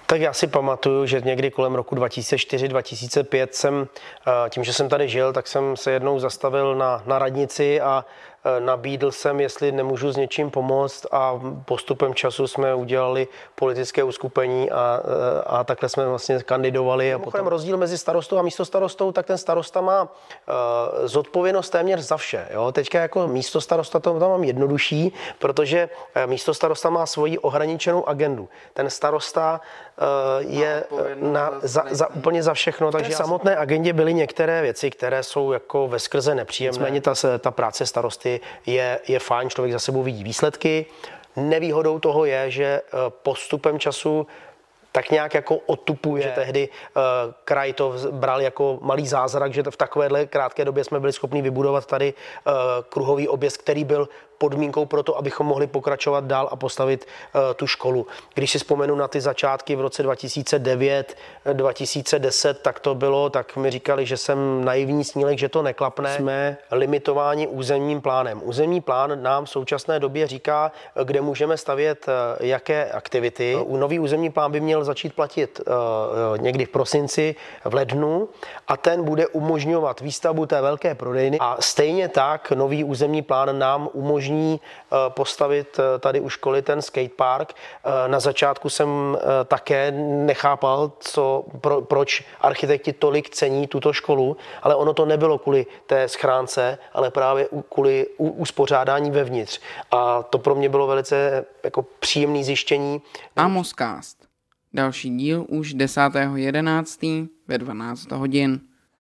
Tak já si pamatuju, že někdy kolem roku 2004-2005 jsem, tím, že jsem tady žil, tak jsem se jednou zastavil na radnici a nabídl jsem, jestli nemůžu s něčím pomoct, a postupem času jsme udělali politické uskupení a takhle jsme vlastně kandidovali. A potom rozdíl mezi starostou a místostarostou, tak ten starosta má zodpovědnost téměř za vše. Jo? Teďka jako místostarosta to tam mám jednodušší, protože místostarosta má svoji ohraničenou agendu. Ten starosta je úplně za všechno, takže v samotné agendě byly některé věci, které jsou jako veskrze nepříjemné. Nicméně ta práce starosty je fajn, člověk za sebou vidí výsledky. Nevýhodou toho je, že postupem času tak nějak jako otupuje. Že tehdy kraj to bral jako malý zázrak, že v takovéhle krátké době jsme byli schopni vybudovat tady kruhový objezd, který byl podmínkou pro to, abychom mohli pokračovat dál a postavit tu školu. Když si vzpomenu na ty začátky v roce 2009, 2010, tak to bylo, tak mi říkali, že jsem naivní snílek, že to neklapne. Jsme limitováni územním plánem. Územní plán nám v současné době říká, kde můžeme stavět jaké aktivity. Nový územní plán by měl začít platit někdy v prosinci, v lednu, a ten bude umožňovat výstavbu té velké prodejny. A stejně tak nový územní plán nám umožní postavit tady u školy ten skatepark. Na začátku jsem také nechápal, proč architekti tolik cení tuto školu, ale ono to nebylo kvůli té schránce, ale právě kvůli uspořádání vevnitř. A to pro mě bylo velice jako příjemné zjištění. Amoscast. Další díl už 10.11. ve 12 hodin.